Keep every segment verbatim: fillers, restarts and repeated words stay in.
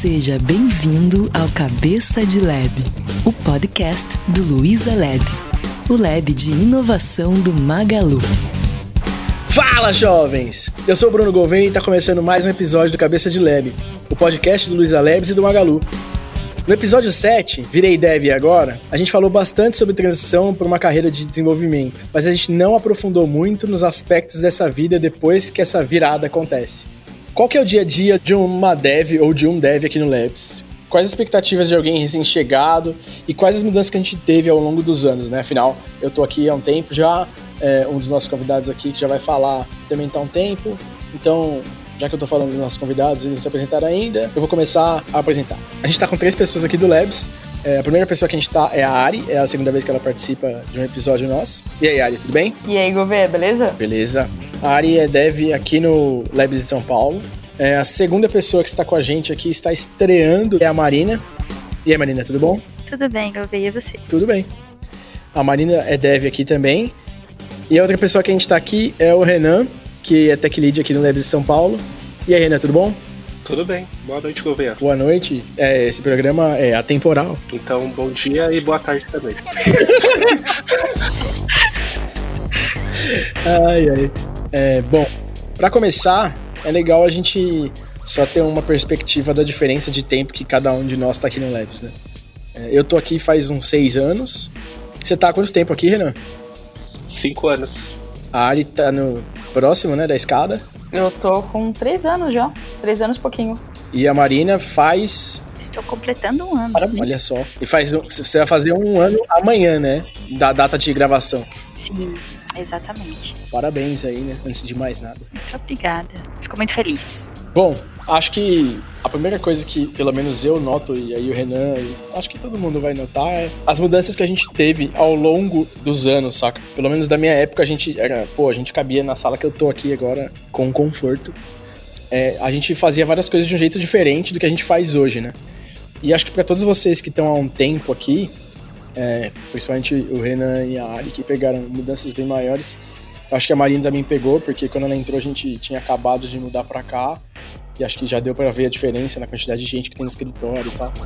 Seja bem-vindo ao Cabeça de Lab, o podcast do Luiza Labs, o lab de inovação do Magalu. Fala, jovens! Eu sou o Bruno Gouveia e está começando mais um episódio do Cabeça de Lab, o podcast do Luiza Labs e do Magalu. No episódio sete, Virei Dev Agora, a gente falou bastante sobre transição para uma carreira de desenvolvimento, mas a gente não aprofundou muito nos aspectos dessa vida depois que essa virada acontece. Qual que é o dia a dia de uma dev ou de um dev aqui no Labs? Quais as expectativas de alguém recém-chegado e quais as mudanças que a gente teve ao longo dos anos, né? Afinal, eu tô aqui há um tempo já, é, um dos nossos convidados aqui que já vai falar também tá há um tempo, então... Já que eu tô falando dos nossos convidados, eles não se apresentaram ainda, eu vou começar a apresentar. A gente tá com três pessoas aqui do Labs. É, a primeira pessoa que a gente tá é a Ari, é a segunda vez que ela participa de um episódio nosso. E aí, Ari, tudo bem? E aí, Gouveia, beleza? Beleza. A Ari é dev aqui no Labs de São Paulo. É, a segunda pessoa que está com a gente aqui, está estreando, é a Marina. E aí, Marina, tudo bom? Tudo bem, Gouveia, e você? Tudo bem. A Marina é dev aqui também. E a outra pessoa que a gente tá aqui é o Renan, que é Tech Lead aqui no Labs de São Paulo. E aí, Renan, tudo bom? Tudo bem. Boa noite, Gouveia. Boa noite. É, esse programa é atemporal. Então, bom dia e boa tarde também. ai, ai. É, bom, pra começar, é legal a gente só ter uma perspectiva da diferença de tempo que cada um de nós tá aqui no Labs, né? É, eu tô aqui faz uns seis anos. Você tá há quanto tempo aqui, Renan? Cinco anos. A Ari tá no próximo, né, da escada. Eu tô com três anos já. Três anos e pouquinho. E a Marina faz... Estou completando um ano. Parabéns. Olha só. E faz, você vai fazer um ano amanhã, né? Da data de gravação. Sim, exatamente. Parabéns aí, né? Antes de mais nada. Muito obrigada. Fico muito feliz. Bom, acho que a primeira coisa que, pelo menos eu noto, e aí o Renan, e acho que todo mundo vai notar, é as mudanças que a gente teve ao longo dos anos, saca? Pelo menos da minha época, a gente era, pô, a gente cabia na sala que eu tô aqui agora com conforto. É, a gente fazia várias coisas de um jeito diferente do que a gente faz hoje, né? E acho que pra todos vocês que estão há um tempo aqui, é, principalmente o Renan e a Ari, que pegaram mudanças bem maiores, acho que a Marina também pegou, porque quando ela entrou a gente tinha acabado de mudar pra cá, e acho que já deu pra ver a diferença na quantidade de gente que tem no escritório e tal.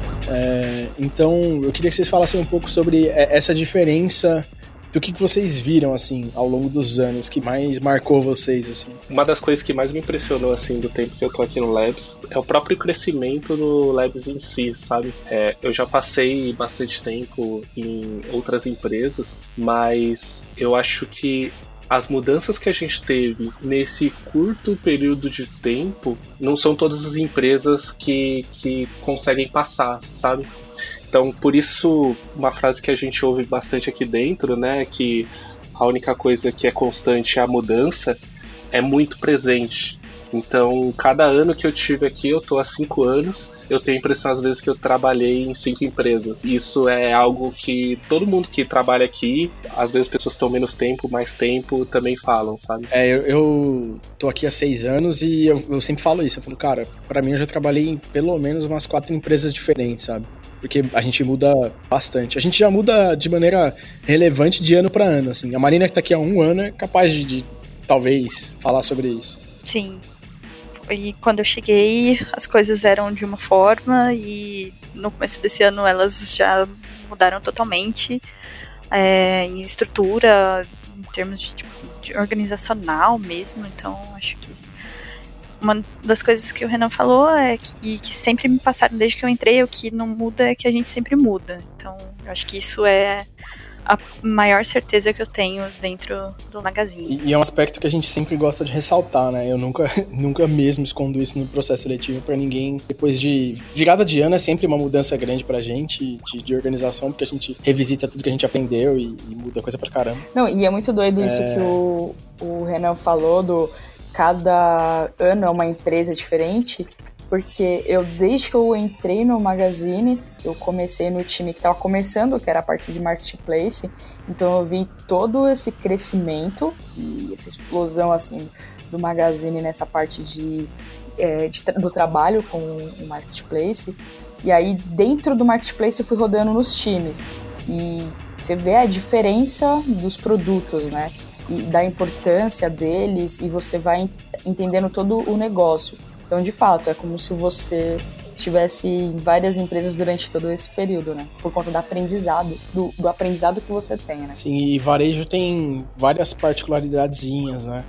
É, então, eu queria que vocês falassem um pouco sobre essa diferença, do que, que vocês viram, assim, ao longo dos anos, que mais marcou vocês, assim. Uma das coisas que mais me impressionou, assim, do tempo que eu tô aqui no Labs, é o próprio crescimento do Labs em si, sabe? É, eu já passei bastante tempo em outras empresas, mas eu acho que as mudanças que a gente teve nesse curto período de tempo não são todas as empresas que, que conseguem passar, sabe? Então, por isso, uma frase que a gente ouve bastante aqui dentro, né, que a única coisa que é constante é a mudança, é muito presente. Então, cada ano que eu tive aqui, eu tô há cinco anos, eu tenho a impressão às vezes que eu trabalhei em cinco empresas. Isso é algo que todo mundo que trabalha aqui, às vezes pessoas que estão menos tempo, mais tempo, também falam, sabe? É, eu, eu tô aqui há seis anos e eu, eu sempre falo isso. Eu falo, cara, pra mim eu já trabalhei em pelo menos umas quatro empresas diferentes, sabe? Porque a gente muda bastante. A gente já muda de maneira relevante de ano pra ano, assim. A Marina que tá aqui há um ano é capaz de, de talvez, falar sobre isso. Sim. E quando eu cheguei, as coisas eram de uma forma e no começo desse ano elas já mudaram totalmente é, em estrutura, em termos de, tipo, de organizacional mesmo. Então, acho que uma das coisas que o Renan falou é que, e que sempre me passaram desde que eu entrei, o que não muda é que a gente sempre muda. Então, eu acho que isso é a maior certeza que eu tenho dentro do Magazine. E, e é um aspecto que a gente sempre gosta de ressaltar, né? Eu nunca, nunca mesmo escondo isso no processo seletivo pra ninguém. Depois de virada de ano é sempre uma mudança grande pra gente, de, de organização, porque a gente revisita tudo que a gente aprendeu e, e muda coisa pra caramba. Não, e é muito doido isso é... que o, o Renan falou, do cada ano é uma empresa diferente, porque eu, desde que eu entrei no Magazine, eu comecei no time que estava começando, que era a parte de Marketplace, então eu vi todo esse crescimento e essa explosão, assim, do Magazine nessa parte de, é, de, do trabalho com o Marketplace, e aí dentro do Marketplace eu fui rodando nos times, e você vê a diferença dos produtos, né, e da importância deles, e você vai entendendo todo o negócio. Então, de fato, é como se você estivesse em várias empresas durante todo esse período, né? Por conta do aprendizado, do, do aprendizado que você tem, né? Sim, e varejo tem várias particularidadezinhas, né?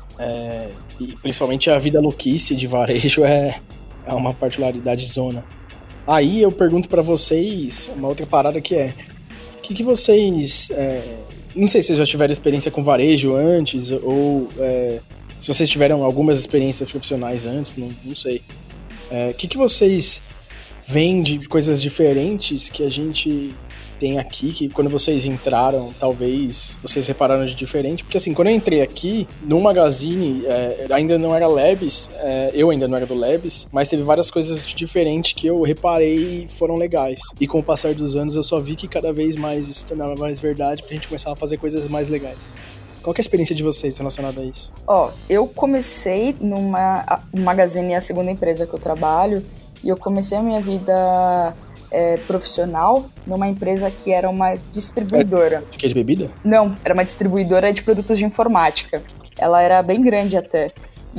É, e principalmente a vida louquice de varejo é, é uma particularidade zona. Aí eu pergunto pra vocês uma outra parada que é, o que, que vocês... É, não sei se vocês já tiveram experiência com varejo antes, ou é, se vocês tiveram algumas experiências profissionais antes, não, não sei. O é, que, que vocês veem de coisas diferentes que a gente tem aqui, que quando vocês entraram, talvez vocês repararam de diferente? Porque assim, quando eu entrei aqui, no Magazine, é, ainda não era Labs, é, eu ainda não era do Labs, mas teve várias coisas de diferente que eu reparei e foram legais. E com o passar dos anos, eu só vi que cada vez mais isso tornava mais verdade pra gente começar a fazer coisas mais legais. Qual que é a experiência de vocês relacionada a isso? Ó, oh, eu comecei numa... O Magazine é a segunda empresa que eu trabalho, e eu comecei a minha vida... É, profissional numa empresa que era uma distribuidora. De que, de bebida? Não, era uma distribuidora de produtos de informática. Ela era bem grande até.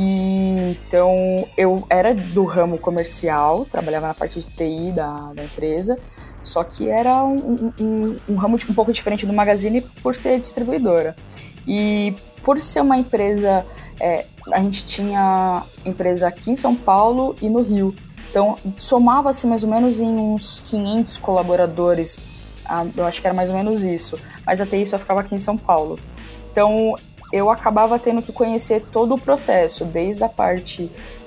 E então eu era do ramo comercial, trabalhava na parte de T I da, da empresa, só que era um, um, um ramo um pouco diferente do Magazine por ser distribuidora. E por ser uma empresa, é, a gente tinha empresa aqui em São Paulo e no Rio. Então, somava-se mais ou menos em uns quinhentos colaboradores, eu acho que era mais ou menos isso, mas a T I só ficava aqui em São Paulo. Então, eu acabava tendo que conhecer todo o processo, desde a parte,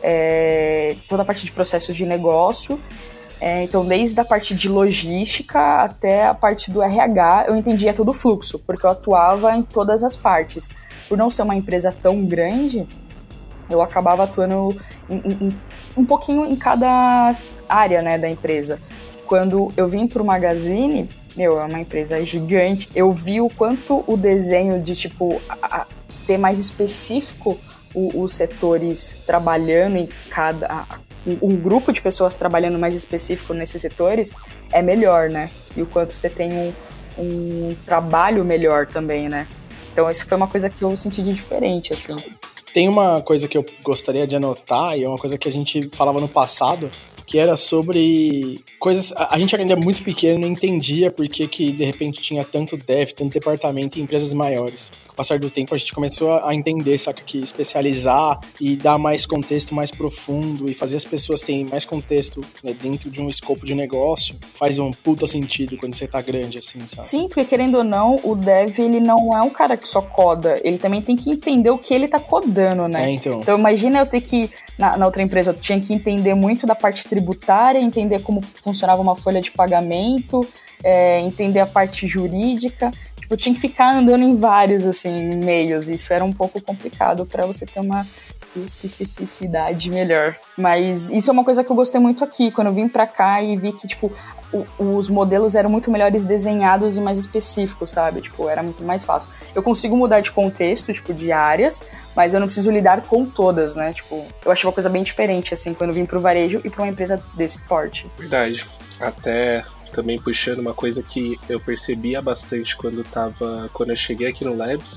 é, toda a parte de processos de negócio, é, então desde a parte de logística até a parte do R H, eu entendia todo o fluxo, porque eu atuava em todas as partes. Por não ser uma empresa tão grande, eu acabava atuando em, em, um pouquinho em cada área, né, da empresa. Quando eu vim pro Magazine, meu, é uma empresa gigante, eu vi o quanto o desenho de, tipo, a, a, ter mais específico o, os setores trabalhando em cada... A, um grupo de pessoas trabalhando mais específico nesses setores é melhor, né? E o quanto você tem um, um trabalho melhor também, né? Então, isso foi uma coisa que eu senti de diferente, assim. Tem uma coisa que eu gostaria de anotar, e é uma coisa que a gente falava no passado, que era sobre coisas... A gente ainda é muito pequeno, não entendia por que que, de repente, tinha tanto dev, tanto departamento em empresas maiores. Com o passar do tempo, a gente começou a entender, saca, que especializar e dar mais contexto mais profundo e fazer as pessoas terem mais contexto, né, dentro de um escopo de negócio faz um puta sentido quando você tá grande, assim, sabe? Sim, porque querendo ou não, o dev, ele não é um cara que só coda, ele também tem que entender o que ele tá codando, né? É, então. Então, imagina eu ter que... Na, na outra empresa, eu tinha que entender muito da parte tributária, entender como funcionava uma folha de pagamento, é, entender a parte jurídica. Tipo, eu tinha que ficar andando em vários, assim, meios. Isso era um pouco complicado para você ter uma especificidade melhor. Mas isso é uma coisa que eu gostei muito aqui, quando eu vim pra cá e vi que, tipo, o, os modelos eram muito melhores desenhados e mais específicos, sabe? Tipo, era muito mais fácil. Eu consigo mudar de contexto, tipo, de áreas, mas eu não preciso lidar com todas, né? Tipo, eu achei uma coisa bem diferente, assim, quando eu vim pro varejo e pra uma empresa desse porte. Verdade. Até também puxando uma coisa que eu percebia bastante quando, tava, quando eu cheguei aqui no Labs,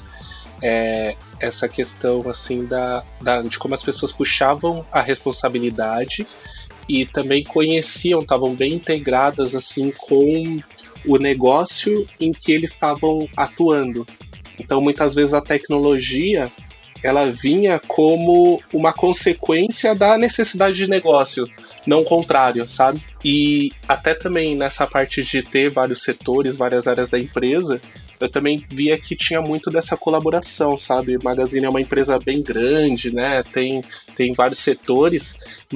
é essa questão, assim, da, da, de como as pessoas puxavam a responsabilidade e também conheciam, estavam bem integradas, assim, com o negócio em que eles estavam atuando. Então, muitas vezes a tecnologia, ela vinha como uma consequência da necessidade de negócio, não o contrário, sabe? E até também nessa parte de ter vários setores, várias áreas da empresa, eu também via que tinha muito dessa colaboração, sabe? O Magazine é uma empresa bem grande, né? Tem, tem vários setores,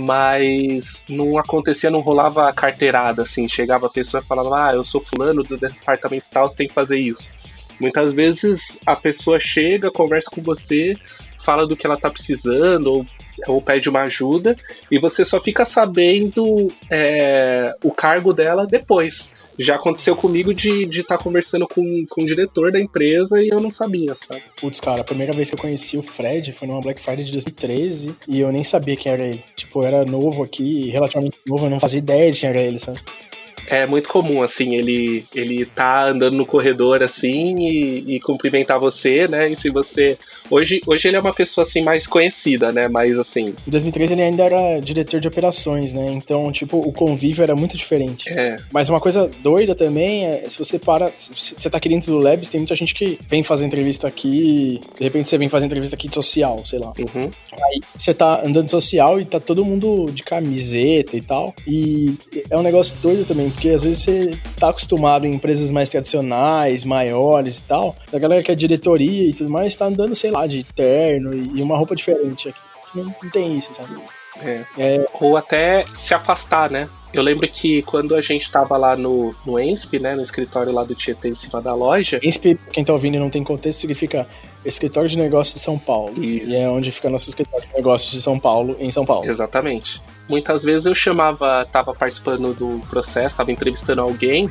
mas não acontecia, não rolava carteirada, assim. Chegava a pessoa e falava, ah, eu sou fulano do departamento tal, você tem que fazer isso. Muitas vezes a pessoa chega, conversa com você, fala do que ela tá precisando, ou, ou pede uma ajuda, e você só fica sabendo é, o cargo dela depois. Já aconteceu comigo de estar tá conversando com, com o diretor da empresa e eu não sabia, sabe? Putz, cara, a primeira vez que eu conheci o Fred foi numa Black Friday de dois mil e treze e eu nem sabia quem era ele. Tipo, eu era novo aqui, relativamente novo, eu não fazia ideia de quem era ele, sabe? É muito comum, assim, ele, ele tá andando no corredor, assim, e, e cumprimentar você, né? E se você... Hoje, hoje ele é uma pessoa, assim, mais conhecida, né? Mas, assim... Em dois mil e treze ele ainda era diretor de operações, né? Então, tipo, o convívio era muito diferente. É. Mas uma coisa doida também é, se você para... Se você tá aqui dentro do Labs, tem muita gente que vem fazer entrevista aqui... De repente você vem fazer entrevista aqui de social, sei lá. Uhum. Aí você tá andando social e tá todo mundo de camiseta e tal. E é um negócio doido também, porque às vezes você tá acostumado em empresas mais tradicionais, maiores e tal. A galera que é diretoria e tudo mais tá andando, sei lá, de terno e uma roupa diferente aqui. Não, não tem isso, sabe? É. É. Ou até se afastar, né? Eu lembro que quando a gente tava lá no, no E N S P, né, no escritório lá do Tietê, em cima da loja... E N S P, quem tá ouvindo e não tem contexto, significa Escritório de Negócios de São Paulo. Isso. E é onde fica nosso escritório de negócios de São Paulo, em São Paulo. Exatamente. Muitas vezes eu chamava, tava participando do processo, tava entrevistando alguém,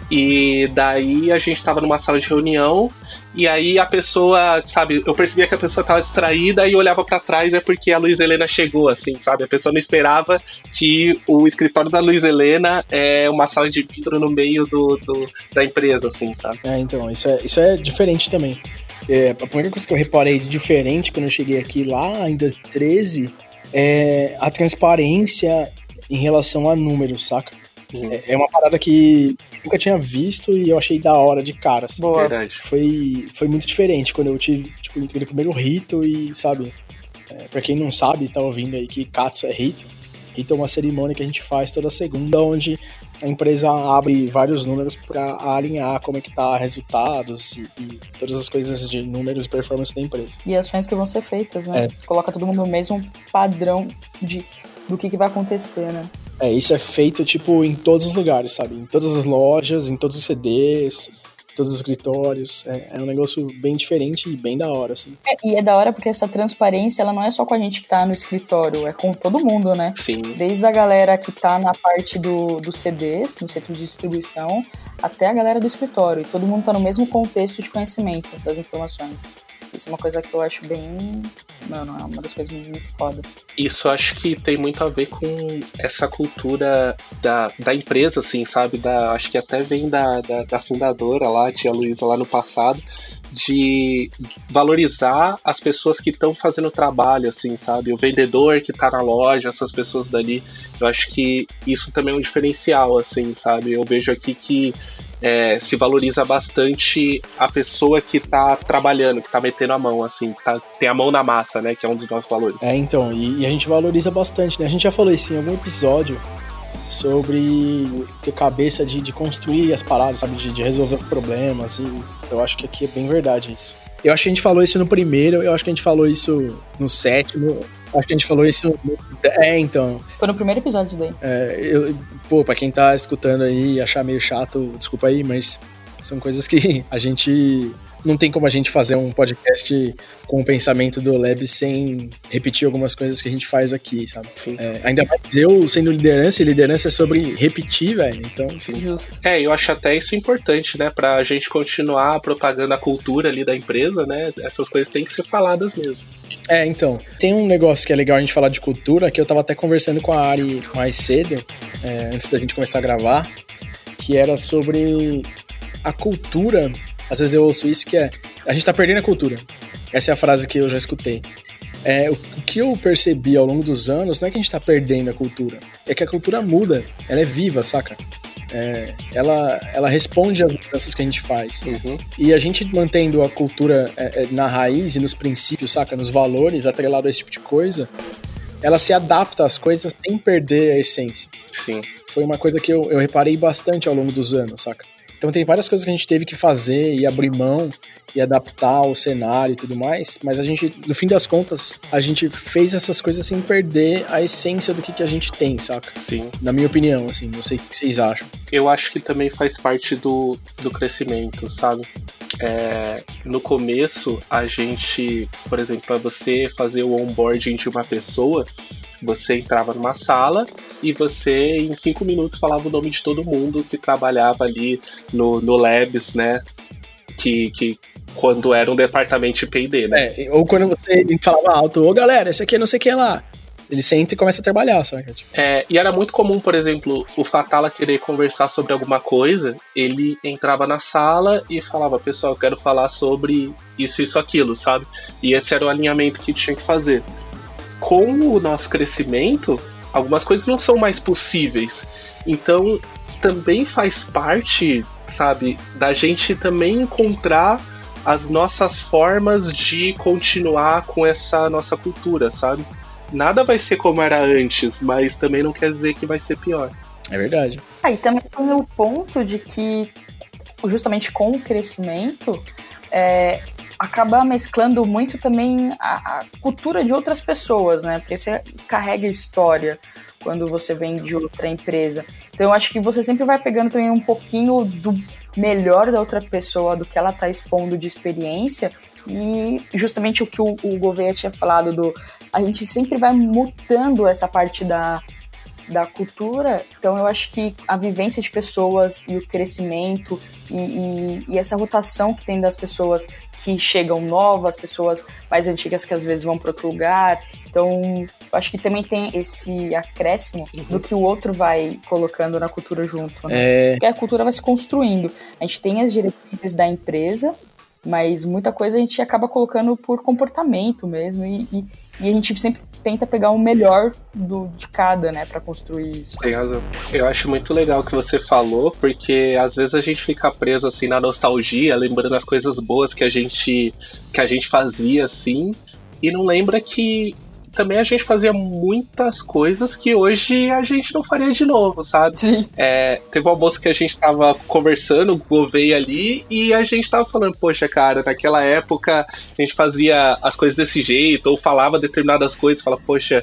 e daí a gente tava numa sala de reunião, e aí a pessoa, sabe, eu percebia que a pessoa tava distraída e olhava pra trás, é porque a Luiza Helena chegou, assim, sabe? A pessoa não esperava que o escritório da Luiza Helena é uma sala de vidro no meio do, do, da empresa, assim, sabe? É, então, isso é, isso é diferente também. É, a primeira coisa que eu reparei de diferente quando eu cheguei aqui lá, em dois mil e treze, é a transparência em relação a números, saca? Uhum. É, é uma parada que eu nunca tinha visto e eu achei da hora de cara, assim. Boa. Verdade. Foi, foi muito diferente quando eu tive, tipo, entrei no primeiro rito e, sabe, é, pra quem não sabe, tá ouvindo aí que Katsu é rito. Rito é uma cerimônia que a gente faz toda segunda, onde a empresa abre vários números para alinhar como é que tá resultados e, e todas as coisas de números e performance da empresa. E ações que vão ser feitas, né? É. Coloca todo mundo no mesmo padrão de, do que, que vai acontecer, né? É, isso é feito, tipo, em todos os lugares, sabe? Em todas as lojas, em todos os C Ds, em todos os escritórios. É, é um negócio bem diferente e bem da hora, assim. É, e é da hora porque essa transparência, ela não é só com a gente que tá no escritório, é com todo mundo, né? Sim. Desde a galera que tá na parte do, do C Ds, no centro de distribuição, até a galera do escritório. E todo mundo tá no mesmo contexto de conhecimento das informações. Isso é uma coisa que eu acho bem... Mano, é uma das coisas muito foda. Isso acho que tem muito a ver com essa cultura da, da empresa, assim, sabe? Da, acho que até vem da, da, da fundadora lá, a tia Luísa, lá no passado, de valorizar as pessoas que estão fazendo o trabalho, assim, sabe? O vendedor que tá na loja, essas pessoas dali. Eu acho que isso também é um diferencial, assim, sabe? Eu vejo aqui que É, se valoriza bastante a pessoa que tá trabalhando, que tá metendo a mão, assim, tá, tem a mão na massa, né, que é um dos nossos valores. É, então, e, e a gente valoriza bastante, né? A gente já falou isso em algum episódio sobre ter cabeça de, de construir as paradas, sabe, de, de resolver os problemas, e eu acho que aqui é bem verdade isso. Eu acho que a gente falou isso no primeiro, eu acho que a gente falou isso no sétimo, acho que a gente falou isso no... É, então... Foi no primeiro episódio daí. É, eu, pô, pra quem tá escutando aí e achar meio chato, desculpa aí, mas são coisas que a gente... Não tem como a gente fazer um podcast com o pensamento do Lab sem repetir algumas coisas que a gente faz aqui, sabe? É, ainda mais eu sendo liderança, e liderança é sobre repetir, velho, então... Sim. Justo. É, eu acho até isso importante, né, pra gente continuar propagando a cultura ali da empresa, né, essas coisas têm que ser faladas mesmo. É, então, tem um negócio que é legal a gente falar de cultura, que eu tava até conversando com a Ari mais cedo, é, antes da gente começar a gravar, que era sobre a cultura. Às vezes eu ouço isso, que é, a gente tá perdendo a cultura. Essa é a frase que eu já escutei. É, o, o que eu percebi ao longo dos anos não é que a gente tá perdendo a cultura, é que a cultura muda, ela é viva, saca? É, ela, ela responde às mudanças que a gente faz. Uhum. E a gente mantendo a cultura é, é, na raiz e nos princípios, saca? Nos valores, atrelado a esse tipo de coisa, ela se adapta às coisas sem perder a essência. Sim. Foi uma coisa que eu, eu reparei bastante ao longo dos anos, saca? Então tem várias coisas que a gente teve que fazer e abrir mão e adaptar o cenário e tudo mais, mas a gente, no fim das contas, a gente fez essas coisas sem perder a essência do que, que a gente tem, saca? Sim. Na minha opinião, assim, não sei o que vocês acham. Eu acho que também faz parte do, do crescimento, sabe? É, no começo, a gente, por exemplo, para você fazer o onboarding de uma pessoa, você entrava numa sala e você, em cinco minutos, falava o nome de todo mundo que trabalhava ali no, no Labs, né? Que, que quando era um departamento de P e D, né? É, ou quando você falava alto, ô galera, esse aqui é não sei quem lá. Ele senta e começa a trabalhar, sabe? É, e era muito comum, por exemplo, o Fatala querer conversar sobre alguma coisa, ele entrava na sala e falava, pessoal, eu quero falar sobre isso, isso, aquilo, sabe? E esse era o alinhamento que tinha que fazer. Com o nosso crescimento, algumas coisas não são mais possíveis. Então, também faz parte, sabe, da gente também encontrar as nossas formas de continuar com essa nossa cultura, sabe? Nada vai ser como era antes, mas também não quer dizer que vai ser pior. É verdade. Ah, e também tem o ponto de que, justamente com o crescimento, é, acaba mesclando muito também a, a cultura de outras pessoas, né? Porque você carrega história quando você vem de outra empresa. Então eu acho que você sempre vai pegando também um pouquinho do melhor da outra pessoa, do que ela está expondo de experiência, e justamente o que o, o Gouveia tinha falado, do, a gente sempre vai mutando essa parte da, da cultura. Então eu acho que a vivência de pessoas e o crescimento e, e, e essa rotação que tem das pessoas que chegam novas, pessoas mais antigas que às vezes vão para outro lugar. Então, eu acho que também tem esse acréscimo uhum. do que o outro vai colocando na cultura junto, né? É... Porque a cultura vai se construindo. A gente tem as diretrizes da empresa, mas muita coisa a gente acaba colocando por comportamento mesmo, e, e, e a gente sempre tenta pegar o melhor do, de cada, né, pra construir isso. Tem razão. Eu acho muito legal o que você falou, porque às vezes a gente fica preso assim na nostalgia, lembrando as coisas boas que a gente, que a gente fazia assim, e não lembra que também a gente fazia muitas coisas que hoje a gente não faria de novo, sabe? Sim. É, teve um almoço que a gente tava conversando, o Gouveia ali, e a gente tava falando, poxa, cara, naquela época a gente fazia as coisas desse jeito, ou falava determinadas coisas, fala, poxa,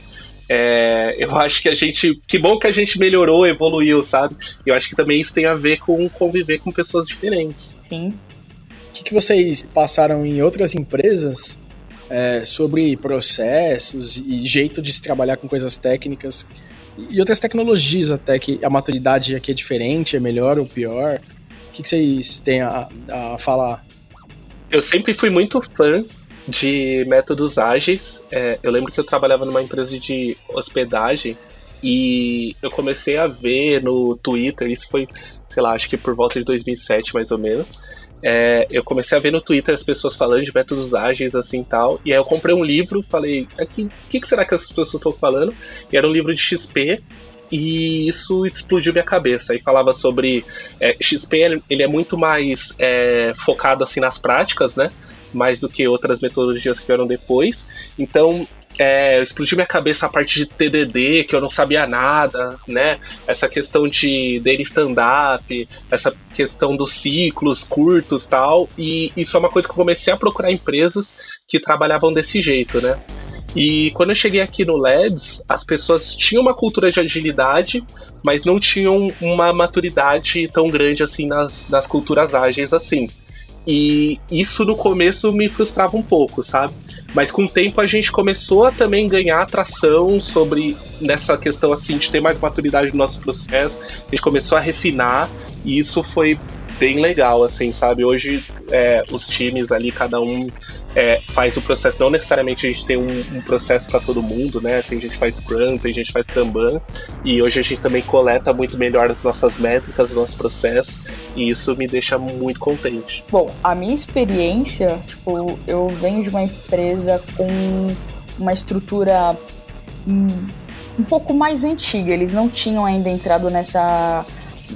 é, eu acho que a gente, que bom que a gente melhorou, evoluiu, sabe? Eu acho que também isso tem a ver com conviver com pessoas diferentes. Sim. O que, que vocês passaram em outras empresas É, sobre processos e jeito de se trabalhar com coisas técnicas e outras tecnologias até, que a maturidade aqui é diferente, é melhor ou pior? O que, que vocês têm a, a falar? Eu sempre fui muito fã de métodos ágeis. É, eu lembro que eu trabalhava numa empresa de hospedagem e eu comecei a ver no Twitter, isso foi, sei lá, acho que por volta de dois mil e sete mais ou menos. É, eu comecei a ver no Twitter as pessoas falando de métodos ágeis assim e tal, e aí eu comprei um livro, falei, o que, que, que será que essas pessoas estão falando? E era um livro de X P, e isso explodiu minha cabeça. Aí falava sobre é, X P, ele é muito mais é, focado assim nas práticas, né? Mais do que outras metodologias que vieram depois. Então É, explodiu minha cabeça a parte de T D D, que eu não sabia nada, né? Essa questão de daily stand-up, essa questão dos ciclos curtos e tal. E isso é uma coisa que eu comecei a procurar empresas que trabalhavam desse jeito, né? E quando eu cheguei aqui no Labs, as pessoas tinham uma cultura de agilidade, mas não tinham uma maturidade tão grande assim nas, nas culturas ágeis assim. E isso no começo me frustrava um pouco, sabe? Mas com o tempo a gente começou a também ganhar atração sobre nessa questão assim de ter mais maturidade no nosso processo. A gente começou a refinar e isso foi bem legal, assim, sabe? Hoje é, os times ali, cada um é, faz o processo. Não necessariamente a gente tem um, um processo para todo mundo, né? Tem gente que faz Scrum, tem gente que faz Kanban. E hoje a gente também coleta muito melhor as nossas métricas, os nossos processos. E isso me deixa muito contente. Bom, a minha experiência, tipo, eu venho de uma empresa com uma estrutura um, um pouco mais antiga. Eles não tinham ainda entrado nessa...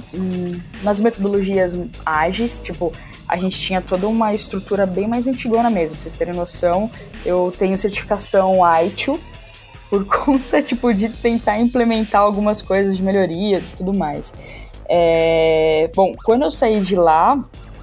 nas metodologias ágeis, tipo, a gente tinha toda uma estrutura bem mais antigona mesmo, pra vocês terem noção. Eu tenho certificação I T I L por conta, tipo, de tentar implementar algumas coisas de melhorias e tudo mais. É... Bom, quando eu saí de lá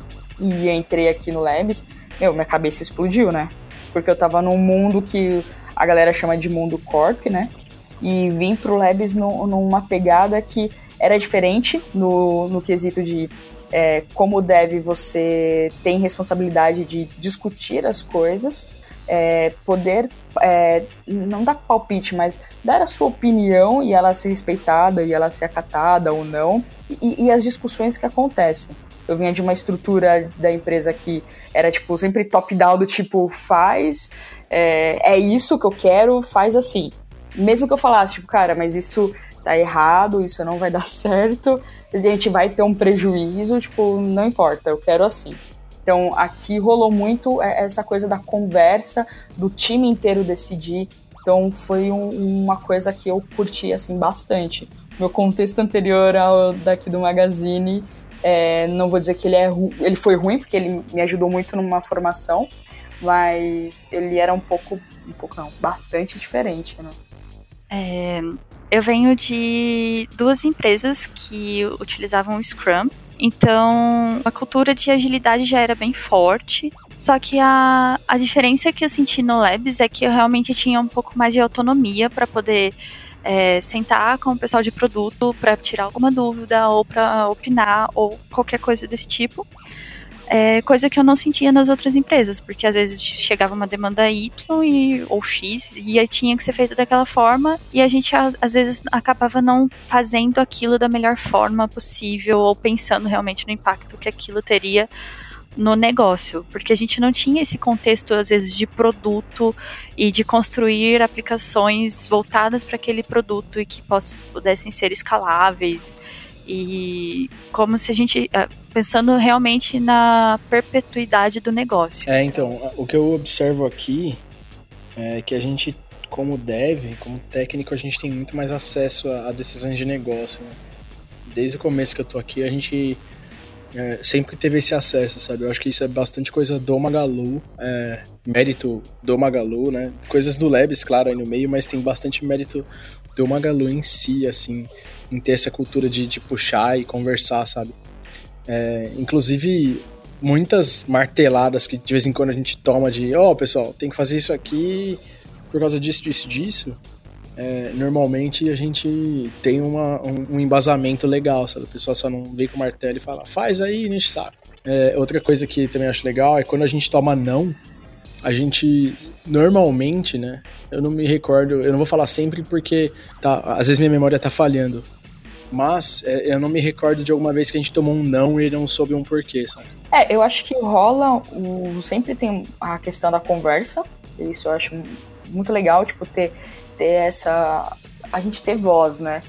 e entrei aqui no Labs, meu, minha cabeça explodiu, né? Porque eu tava num mundo que a galera chama de mundo corp, né? E vim pro Labs no, numa pegada que era diferente no, no quesito de é, como deve você tem responsabilidade de discutir as coisas, é, poder é, não dar palpite, mas dar a sua opinião e ela ser respeitada e ela ser acatada ou não, e, e as discussões que acontecem. Eu vinha de uma estrutura da empresa que era tipo sempre top-down, do tipo, faz, é, é isso que eu quero, faz assim. mesmo que eu falasse, tipo, cara, mas isso tá errado, isso não vai dar certo, a gente vai ter um prejuízo, tipo, não importa, eu quero assim. Então, aqui rolou muito essa coisa da conversa, do time inteiro decidir. Então, foi um, uma coisa que eu curti, assim, bastante. Meu contexto anterior ao daqui do Magazine, é, não vou dizer que ele, é ru- ele foi ruim, porque ele me ajudou muito numa formação, mas ele era um pouco, um pouco não, bastante diferente, né? É, eu venho de duas empresas que utilizavam o Scrum, então a cultura de agilidade já era bem forte, só que a, a diferença que eu senti no Labs é que eu realmente tinha um pouco mais de autonomia para poder é, sentar com o pessoal de produto para tirar alguma dúvida ou para opinar ou qualquer coisa desse tipo. É, coisa que eu não sentia nas outras empresas, porque às vezes chegava uma demanda Y e, ou X e aí tinha que ser feito daquela forma e a gente às, às vezes acabava não fazendo aquilo da melhor forma possível ou pensando realmente no impacto que aquilo teria no negócio, porque a gente não tinha esse contexto às vezes de produto e de construir aplicações voltadas para aquele produto e que poss- pudessem ser escaláveis. E como se a gente, pensando realmente na perpetuidade do negócio. É, então, o que eu observo aqui é que a gente, como dev, como técnico, a gente tem muito mais acesso a, a decisões de negócio, né? Desde o começo que eu tô aqui, a gente é, sempre teve esse acesso, sabe? Eu acho que isso é bastante coisa do Magalu, é, mérito do Magalu, né? Coisas do Labs, claro, aí no meio, mas tem bastante mérito do Magalu em si, assim, em ter essa cultura de, de puxar e conversar, sabe? É, inclusive, muitas marteladas que de vez em quando a gente toma de, ó, oh, pessoal, tem que fazer isso aqui por causa disso, disso, disso. É, normalmente a gente tem uma, um, um embasamento legal, sabe? A pessoa só não vem com o martelo e fala, faz aí, enche o saco. É, outra coisa que também acho legal é quando a gente toma não, a gente, normalmente, né, eu não me recordo, eu não vou falar sempre porque tá, às vezes minha memória tá falhando, mas é, eu não me recordo de alguma vez que a gente tomou um não e não soube um porquê, sabe? É, eu acho que rola, o, sempre tem a questão da conversa, isso eu acho muito legal, tipo, ter, ter essa, a gente ter voz, né,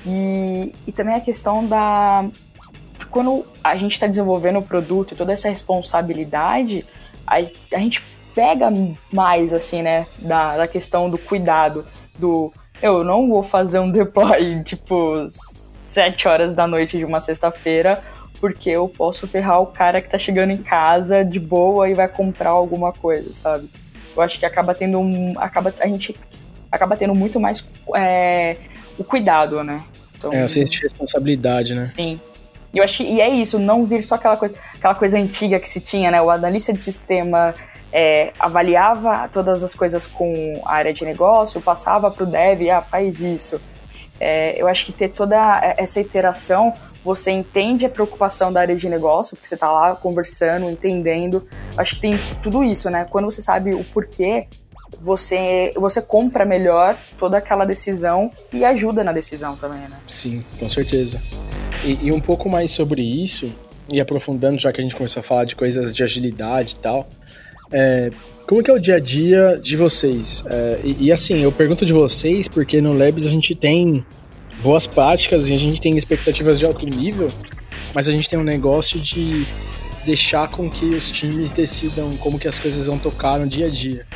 e, e também a questão da, quando a gente tá desenvolvendo o produto e toda essa responsabilidade, a, a gente pega mais, assim, né, da, da questão do cuidado, do, eu não vou fazer um deploy, tipo, sete horas da noite de uma sexta-feira, porque eu posso ferrar o cara que tá chegando em casa de boa e vai comprar alguma coisa, sabe? Eu acho que acaba tendo um, acaba, a gente acaba tendo muito mais é, o cuidado, né? Então, é, o senso de responsabilidade, né? Sim. Eu acho, e é isso, não vir só aquela coisa, aquela coisa antiga que se tinha, né? O analista de sistema É, avaliava todas as coisas com a área de negócio, passava para o dev, ah, faz isso. É, eu acho que ter toda essa iteração, você entende a preocupação da área de negócio, porque você está lá conversando, entendendo. Acho que tem tudo isso, né? Quando você sabe o porquê, você, você compra melhor toda aquela decisão e ajuda na decisão também, né? Sim, com certeza. E, e um pouco mais sobre isso, e aprofundando, já que a gente começou a falar de coisas de agilidade e tal, É, como que é o dia a dia de vocês? É, e, e assim, eu pergunto de vocês porque no Labs a gente tem boas práticas e a gente tem expectativas de alto nível, mas a gente tem um negócio de deixar com que os times decidam como que as coisas vão tocar no dia a dia.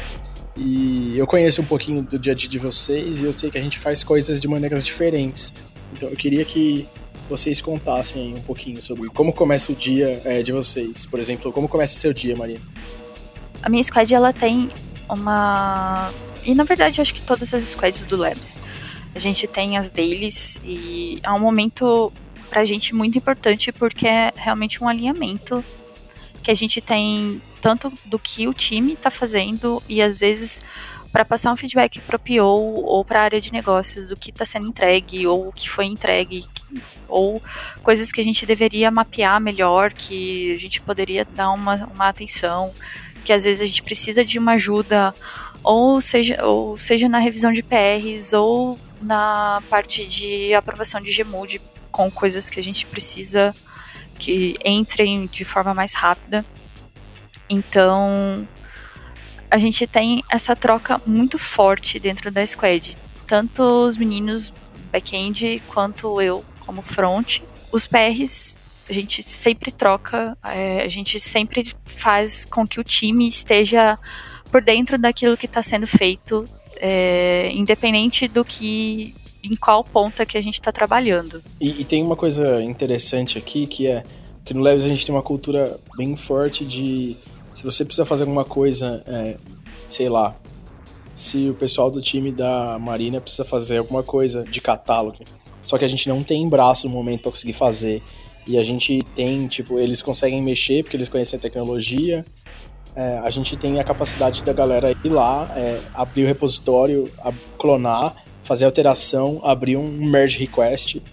E eu conheço um pouquinho do dia a dia de vocês e eu sei que a gente faz coisas de maneiras diferentes. Então eu queria que vocês contassem aí um pouquinho sobre como começa o dia é, de vocês. Por exemplo, como começa o seu dia, Marina? A minha squad, ela tem uma... E, na verdade, eu acho que todas as squads do Labs. A gente tem as dailies e é um momento pra gente muito importante porque é realmente um alinhamento que a gente tem tanto do que o time tá fazendo e, às vezes, para passar um feedback pro P O ou pra área de negócios do que tá sendo entregue ou o que foi entregue ou coisas que a gente deveria mapear melhor, que a gente poderia dar uma, uma atenção, que às vezes a gente precisa de uma ajuda, ou seja, ou seja na revisão de P Rs, ou na parte de aprovação de G M U D, com coisas que a gente precisa que entrem de forma mais rápida. Então, a gente tem essa troca muito forte dentro da squad, tanto os meninos back-end quanto eu como front. Os P Rs, a gente sempre troca, é, a gente sempre faz com que o time esteja por dentro daquilo que está sendo feito, é, independente do que, em qual ponta que a gente está trabalhando. E, e tem uma coisa interessante aqui, que é que no Labs a gente tem uma cultura bem forte de, se você precisa fazer alguma coisa, é, sei lá, se o pessoal do time da Marina precisa fazer alguma coisa de catálogo, só que a gente não tem braço no momento para conseguir fazer, e a gente tem, tipo, eles conseguem mexer porque eles conhecem a tecnologia, é, a gente tem a capacidade da galera ir lá, é, abrir o repositório, a, clonar, fazer alteração, abrir um merge request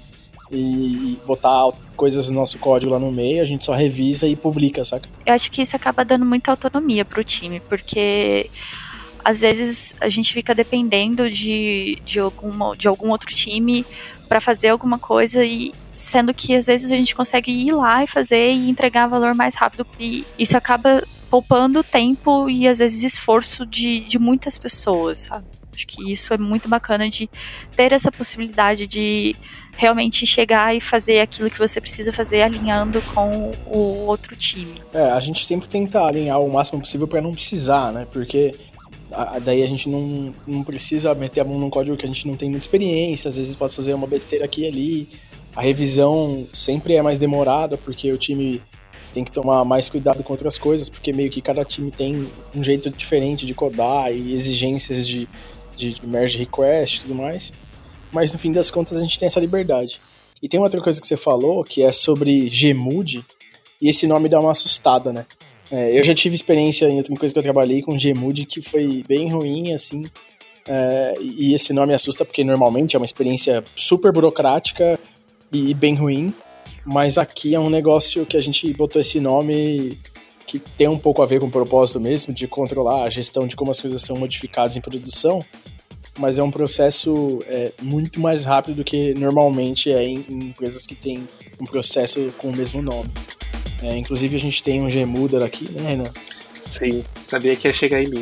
e botar coisas no nosso código lá no meio, a gente só revisa e publica, saca? Eu acho que isso acaba dando muita autonomia pro time, porque às vezes a gente fica dependendo de, de, alguma, de algum outro time para fazer alguma coisa, e sendo que às vezes a gente consegue ir lá e fazer e entregar valor mais rápido, e isso acaba poupando tempo e às vezes esforço de, de muitas pessoas, sabe? Acho que isso é muito bacana, de ter essa possibilidade de realmente chegar e fazer aquilo que você precisa fazer alinhando com o outro time. É, a gente sempre tenta alinhar o máximo possível para não precisar, né? Porque a, daí a gente não, não precisa meter a mão num código que a gente não tem muita experiência, às vezes pode fazer uma besteira aqui e ali. A revisão sempre é mais demorada, porque o time tem que tomar mais cuidado com outras coisas, porque meio que cada time tem um jeito diferente de codar e exigências de, de merge request e tudo mais. Mas no fim das contas a gente tem essa liberdade. E tem uma outra coisa que você falou, que é sobre Gmood, e esse nome dá uma assustada, né? É, eu já tive experiência em outra coisa que eu trabalhei com Gmood que foi bem ruim, assim, é, e esse nome assusta porque normalmente é uma experiência super burocrática e bem ruim, mas aqui é um negócio que a gente botou esse nome que tem um pouco a ver com o propósito mesmo, de controlar a gestão de como as coisas são modificadas em produção, mas é um processo é, muito mais rápido do que normalmente é em, em empresas que têm um processo com o mesmo nome. É, inclusive a gente tem um Gmoodle aqui, né, Renan? Sim, sabia que ia chegar em mim.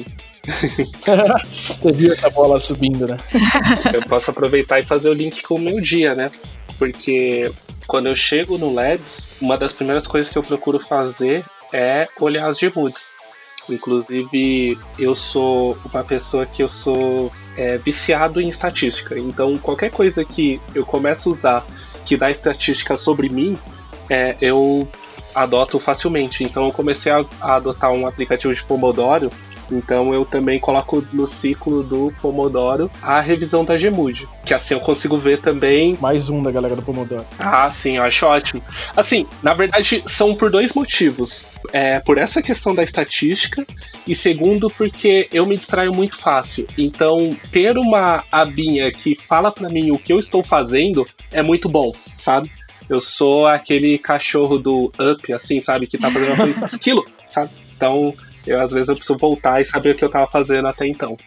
Você viu essa bola subindo, né? Eu posso aproveitar e fazer o link com o meu dia, né? Porque quando eu chego no Labs, uma das primeiras coisas que eu procuro fazer é olhar as Gmoods. Inclusive, eu sou uma pessoa que eu sou é, viciado em estatística. Então, qualquer coisa que eu começo a usar que dá estatística sobre mim, é, eu adoto facilmente. Então, eu comecei a, a adotar um aplicativo de Pomodoro. Então eu também coloco no ciclo do Pomodoro a revisão da Gmood, que assim eu consigo ver também... Mais um da galera do Pomodoro. Ah, sim, eu acho ótimo. Assim, na verdade são por dois motivos. É, por essa questão da estatística, e segundo porque eu me distraio muito fácil. Então ter uma abinha que fala pra mim o que eu estou fazendo é muito bom, sabe? Eu sou aquele cachorro do Up, assim, sabe? Que tá fazendo uma coisa esquilo, sabe? Então... Eu, às vezes, eu preciso voltar e saber o que eu tava fazendo até então.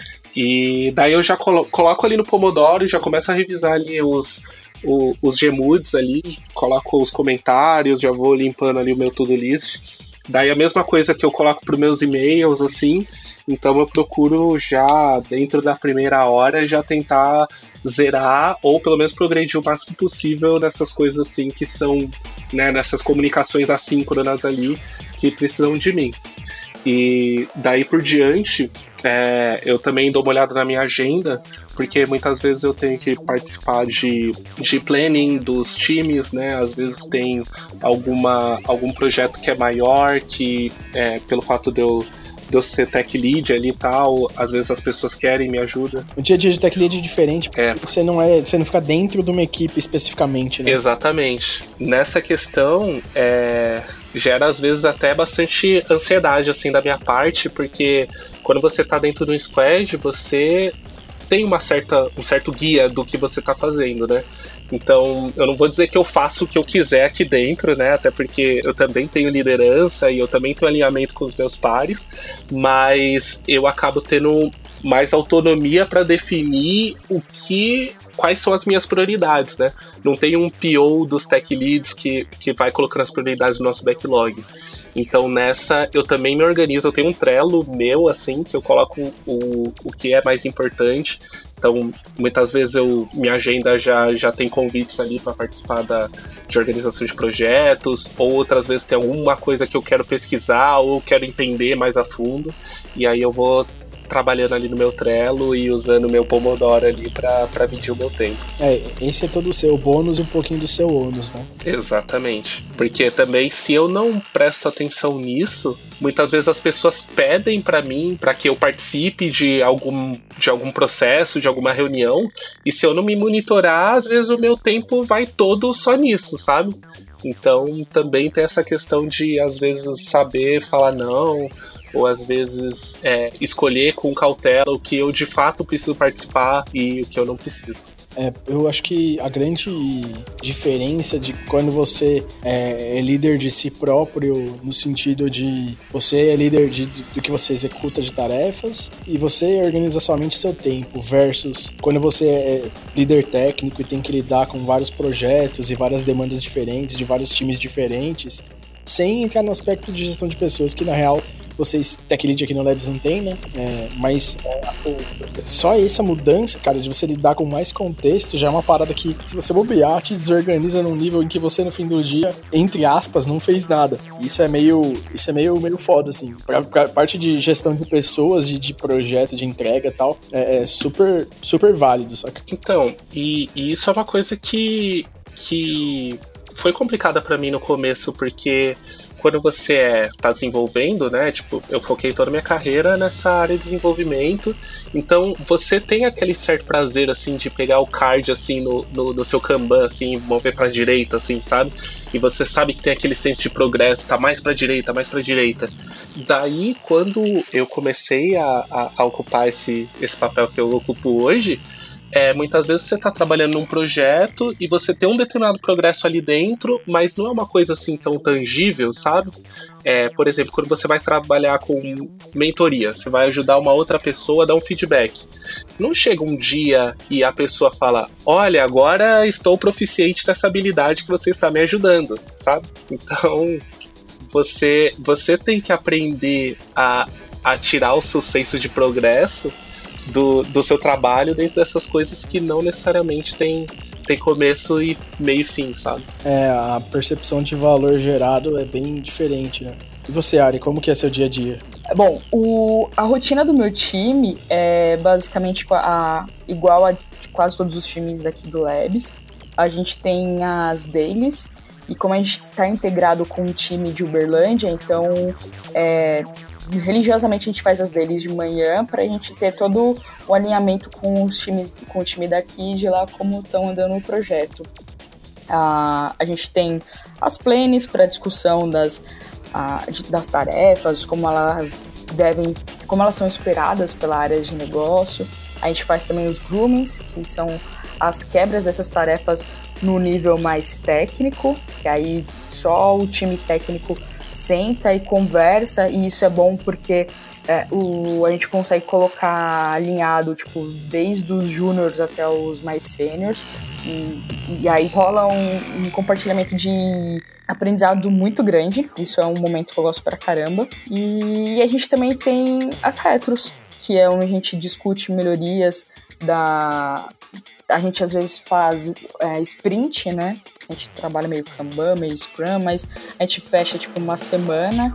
E daí eu já colo- coloco ali no Pomodoro e já começo a revisar ali os, o, os Gmoods ali, coloco os comentários, já vou limpando ali o meu to-do list. Daí a mesma coisa que eu coloco pros meus e-mails, assim, então eu procuro já, dentro da primeira hora, já tentar zerar, ou pelo menos progredir o máximo possível nessas coisas assim que são, né, nessas comunicações assíncronas ali que precisam de mim. E daí por diante, é, eu também dou uma olhada na minha agenda, porque muitas vezes eu tenho que participar de, de planning dos times, né? Às vezes tem alguma, algum projeto que é maior, que é, pelo fato de eu, de eu ser tech lead ali e tal, às vezes as pessoas querem me ajuda. O dia a dia de tech lead é diferente, é. Você, não é, você não fica dentro de uma equipe especificamente, né? Exatamente. Nessa questão, é... gera às vezes até bastante ansiedade assim da minha parte, porque quando você tá dentro de um squad, você tem uma certa, um certo guia do que você tá fazendo, né? Então, eu não vou dizer que eu faço o que eu quiser aqui dentro, né? Até porque eu também tenho liderança e eu também tenho alinhamento com os meus pares, mas eu acabo tendo mais autonomia para definir o que... quais são as minhas prioridades, né? Não tem um P O dos tech leads que, que vai colocando as prioridades no nosso backlog. Então nessa eu também me organizo, eu tenho um Trello meu, assim, que eu coloco o, o que é mais importante. Então, muitas vezes eu, minha agenda já, já tem convites ali para participar da, de organização de projetos, ou outras vezes tem alguma coisa que eu quero pesquisar ou quero entender mais a fundo, e aí eu vou trabalhando ali no meu Trello e usando o meu Pomodoro ali para medir o meu tempo. É, esse é todo o seu bônus e um pouquinho do seu ônus, né? Exatamente. Porque também, se eu não presto atenção nisso, muitas vezes as pessoas pedem para mim para que eu participe de algum, de algum processo, de alguma reunião, e se eu não me monitorar, às vezes o meu tempo vai todo só nisso, sabe? Então também tem essa questão de, às vezes, saber falar não, ou às vezes é, escolher com cautela o que eu de fato preciso participar e o que eu não preciso. É, eu acho que a grande diferença de quando você é, é líder de si próprio, no sentido de você é líder de, de, do que você executa de tarefas e você organiza somente seu tempo, versus quando você é líder técnico e tem que lidar com vários projetos e várias demandas diferentes, de vários times diferentes, sem entrar no aspecto de gestão de pessoas, que na real vocês, Tech Lead aqui no Labs não tem, né? É, mas é, só essa mudança, cara, de você lidar com mais contexto, já é uma parada que, se você bobear, te desorganiza num nível em que você, no fim do dia, entre aspas, não fez nada. Isso é meio, isso é meio, meio foda, assim. Pra, pra parte de gestão de pessoas, de, de projeto, de entrega e tal, é, é super, super válido, saca? Então, e, e isso é uma coisa que, que foi complicada pra mim no começo, porque quando você é, tá desenvolvendo, né, tipo, eu foquei toda a minha carreira nessa área de desenvolvimento, então você tem aquele certo prazer, assim, de pegar o card, assim, no, no, no seu Kanban, assim, mover pra direita, assim, sabe? E você sabe que tem aquele senso de progresso, tá mais pra direita, mais pra direita. Daí, quando eu comecei a, a, a ocupar esse, esse papel que eu ocupo hoje, É, muitas vezes você está trabalhando num projeto e você tem um determinado progresso ali dentro, mas não é uma coisa assim tão tangível, sabe? É, por exemplo, quando você vai trabalhar com mentoria, você vai ajudar uma outra pessoa a dar um feedback. Não chega um dia e a pessoa fala: olha, agora estou proficiente nessa habilidade que você está me ajudando, sabe? Então, você, você tem que aprender a, a tirar o seu senso de progresso Do, do seu trabalho dentro dessas coisas que não necessariamente tem, tem começo e meio e fim, sabe? É, a percepção de valor gerado é bem diferente, né? E você, Ari, como que é seu dia a dia? Bom, o, a rotina do meu time é basicamente a, a, igual a de quase todos os times daqui do Labs. A gente tem as dailies, e como a gente está integrado com um time de Uberlândia, então é, religiosamente a gente faz as dailies de manhã para a gente ter todo o alinhamento com os times, com o time daqui de lá, como estão andando o projeto. Ah, a gente tem as planes para discussão das, ah, de, das tarefas, como elas devem, como elas são esperadas pela área de negócio. A gente faz também os groomings, que são as quebras dessas tarefas no nível mais técnico, que aí só o time técnico senta e conversa, e isso é bom porque é, o, a gente consegue colocar alinhado, tipo, desde os júniors até os mais sêniors, e, e aí rola um, um compartilhamento de aprendizado muito grande. Isso é um momento que eu gosto pra caramba. E a gente também tem as retros, que é onde a gente discute melhorias da... A gente às vezes faz é, sprint, né? A gente trabalha meio Kanban, meio Scrum, mas a gente fecha tipo uma semana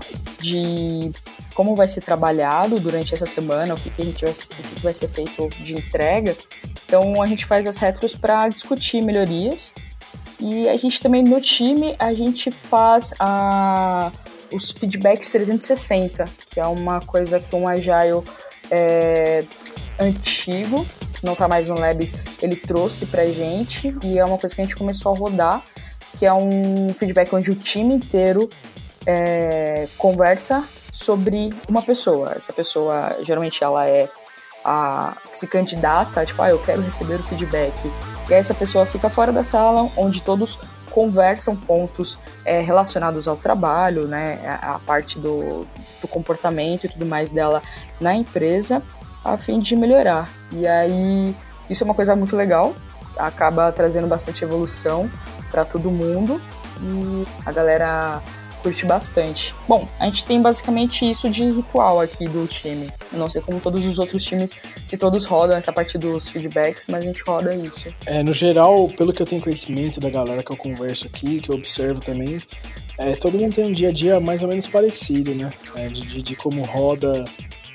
de como vai ser trabalhado durante essa semana, o que, que, a gente vai, o que, que vai ser feito de entrega. Então a gente faz as retros para discutir melhorias. E a gente também no time, a gente faz a, os feedbacks trezentos e sessenta, que é uma coisa que um Agile é, antigo, não tá mais no Labs, ele trouxe pra gente, e é uma coisa que a gente começou a rodar, que é um feedback onde o time inteiro é, conversa sobre uma pessoa. Essa pessoa, geralmente, ela é a que se candidata, tipo, ah, eu quero receber o feedback. E aí essa pessoa fica fora da sala, onde todos conversam pontos é, relacionados ao trabalho, né, a, a parte do, do comportamento e tudo mais dela na empresa, a fim de melhorar. E aí, isso é uma coisa muito legal, acaba trazendo bastante evolução para todo mundo, e a galera curte bastante. Bom, a gente tem basicamente isso de ritual aqui do time. Eu não sei como todos os outros times, se todos rodam essa parte dos feedbacks, mas a gente roda isso. É, no geral, pelo que eu tenho conhecimento da galera que eu converso aqui, que eu observo também, é, todo mundo tem um dia a dia mais ou menos parecido, né? É, de, de, de como roda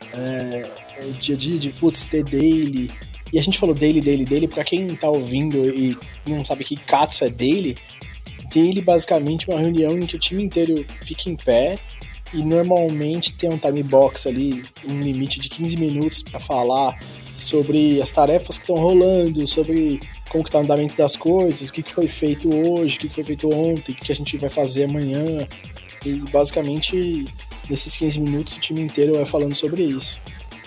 é, o dia a dia, de putz, ter daily. E a gente falou daily, daily, daily, pra quem tá ouvindo e não sabe que katsu é daily, daily basicamente é uma reunião em que o time inteiro fica em pé e normalmente tem um time box ali, um limite de quinze minutos pra falar sobre as tarefas que estão rolando, sobre como que tá o andamento das coisas, o que, que foi feito hoje, o que, que foi feito ontem, o que, que a gente vai fazer amanhã. E basicamente, nesses quinze minutos, o time inteiro vai falando sobre isso.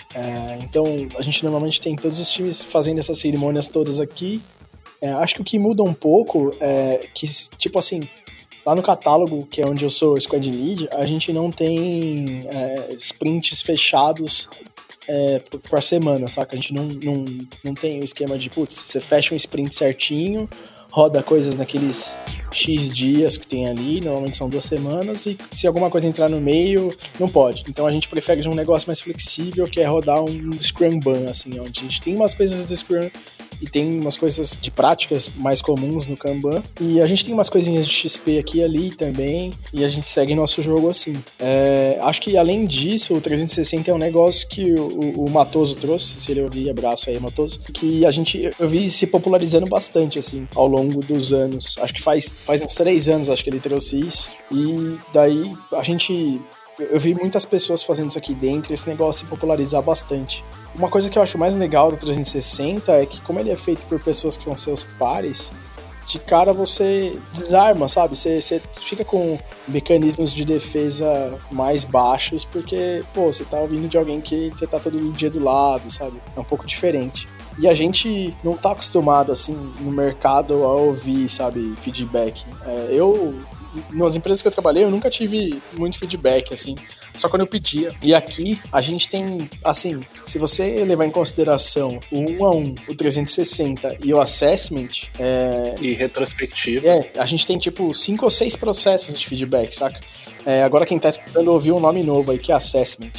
É, então, a gente normalmente tem todos os times fazendo essas cerimônias todas aqui. É, acho que o que muda um pouco é que, tipo assim, lá no catálogo, que é onde eu sou squad lead, a gente não tem é, sprints fechados é, por, por semana, saca? A gente não, não, não tem o esquema de, putz, você fecha um sprint certinho, roda coisas naqueles X dias que tem ali, normalmente são duas semanas, e se alguma coisa entrar no meio, não pode. Então a gente prefere um negócio mais flexível, que é rodar um Scrum Ban, assim, onde a gente tem umas coisas do Scrum e tem umas coisas de práticas mais comuns no Kanban, e a gente tem umas coisinhas de X P aqui e ali também, e a gente segue nosso jogo assim. É, acho que além disso, o trezentos e sessenta é um negócio que o, o Matoso trouxe, se ele ouvir, abraço aí, Matoso, que a gente, eu vi se popularizando bastante, assim, ao longo dos anos. Acho que faz, faz uns três anos, acho que ele trouxe isso, e daí a gente... Eu vi muitas pessoas fazendo isso aqui dentro e esse negócio se popularizar bastante. Uma coisa que eu acho mais legal do trezentos e sessenta é que, como ele é feito por pessoas que são seus pares, de cara você desarma, sabe? Você, você fica com mecanismos de defesa mais baixos porque, pô, você tá ouvindo de alguém que você tá todo dia do lado, sabe? É um pouco diferente. E a gente não tá acostumado, assim, no mercado a ouvir, sabe, feedback. É, eu... Nas empresas que eu trabalhei, eu nunca tive muito feedback, assim, só quando eu pedia. E aqui, a gente tem, assim, se você levar em consideração o um a um, o trezentos e sessenta e o assessment... É... E retrospectiva. É, a gente tem, tipo, cinco ou seis processos de feedback, saca? É, agora quem tá escutando ouviu um nome novo aí, que é assessment.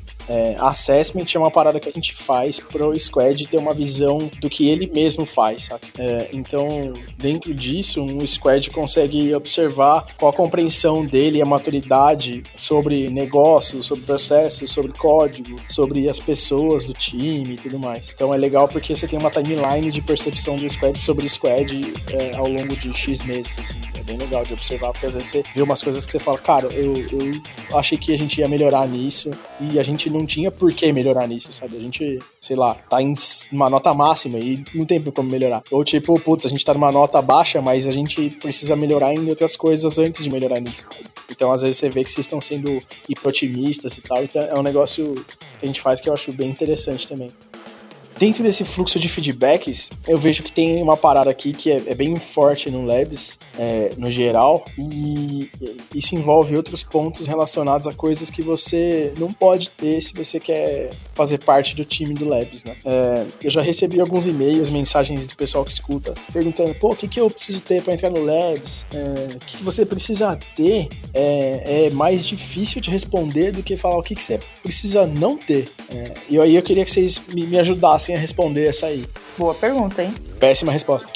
É, assessment é uma parada que a gente faz pro squad ter uma visão do que ele mesmo faz, sabe? É, então, dentro disso, um squad consegue observar qual a compreensão dele e a maturidade sobre negócio, sobre processo, sobre código, sobre as pessoas do time e tudo mais. Então é legal porque você tem uma timeline de percepção do squad sobre o squad é, ao longo de X meses, assim. É bem legal de observar, porque às vezes você vê umas coisas que você fala, cara, eu, eu achei que a gente ia melhorar nisso e a gente não tinha por que melhorar nisso, sabe? A gente, sei lá, tá em uma nota máxima e não tem como melhorar. Ou tipo, putz, a gente tá numa nota baixa, mas a gente precisa melhorar em outras coisas antes de melhorar nisso. Então, às vezes, você vê que vocês estão sendo hiper-otimistas e tal, então é um negócio que a gente faz que eu acho bem interessante também. Dentro desse fluxo de feedbacks, eu vejo que tem uma parada aqui que é, é bem forte no Labs, é, no geral, e isso envolve outros pontos relacionados a coisas que você não pode ter se você quer fazer parte do time do Labs, né? É, eu já recebi alguns e-mails, mensagens do pessoal que escuta, perguntando, pô, o que, que eu preciso ter para entrar no Labs? É, o que, que você precisa ter? É, é mais difícil de responder do que falar o que, que você precisa não ter. É, e aí eu queria que vocês me, me ajudassem a responder essa aí. Boa pergunta, hein? Péssima resposta.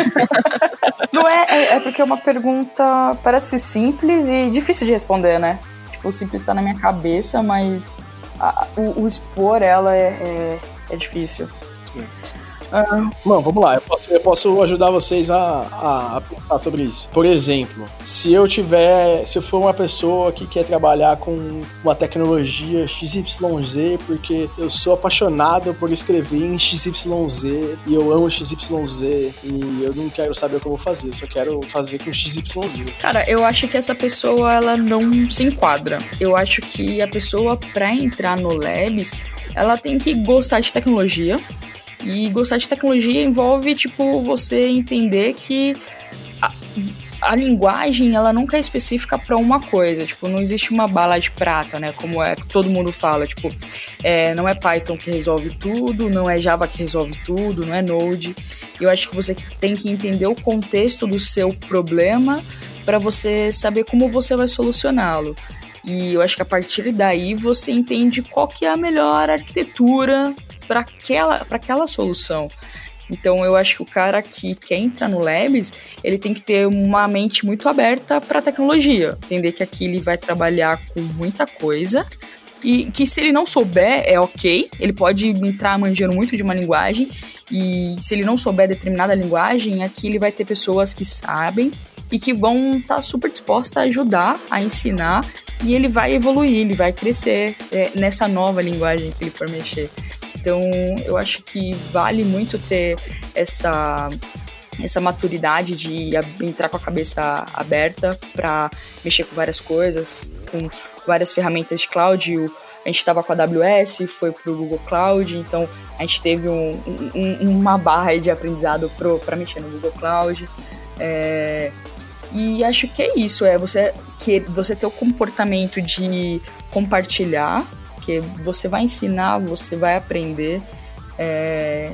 Não é, é, é porque é uma pergunta parece simples e difícil de responder, né? Tipo, o simples tá na minha cabeça, mas a, o, o expor ela é, é, é difícil. Sim. Ah. Mano, vamos lá, eu posso, eu posso ajudar vocês a, a, a pensar sobre isso. Por exemplo, se eu tiver, se eu for uma pessoa que quer trabalhar com uma tecnologia X Y Z, porque eu sou apaixonado por escrever em X Y Z e eu amo X Y Z e eu não quero saber o que eu vou fazer, eu só quero fazer com X Y Z. Cara, eu acho que essa pessoa, ela não se enquadra. Eu acho que a pessoa, pra entrar no Labs, ela tem que gostar de tecnologia. E gostar de tecnologia envolve, tipo, você entender que a linguagem, ela nunca é específica para uma coisa, tipo, não existe uma bala de prata, né, como é que todo mundo fala, tipo, é, não é Python que resolve tudo, não é Java que resolve tudo, não é Node. Eu acho que você tem que entender o contexto do seu problema para você saber como você vai solucioná-lo. E eu acho que a partir daí você entende qual que é a melhor arquitetura para aquela, para aquela solução. Então eu acho que o cara que quer entrar no Labs, ele tem que ter uma mente muito aberta para a tecnologia, entender que aqui ele vai trabalhar com muita coisa e que se ele não souber é ok, ele pode entrar manjando muito de uma linguagem e se ele não souber determinada linguagem, aqui ele vai ter pessoas que sabem e que vão estar tá super dispostas a ajudar, a ensinar, e ele vai evoluir, ele vai crescer é, nessa nova linguagem que ele for mexer. Então, eu acho que vale muito ter essa, essa maturidade de entrar com a cabeça aberta para mexer com várias coisas, com várias ferramentas de cloud. A gente estava com a A W S, foi para o Google Cloud, então a gente teve um, um, uma barra de aprendizado para mexer no Google Cloud. É, e acho que é isso, é você, que, você ter o comportamento de compartilhar, porque você vai ensinar, você vai aprender. É,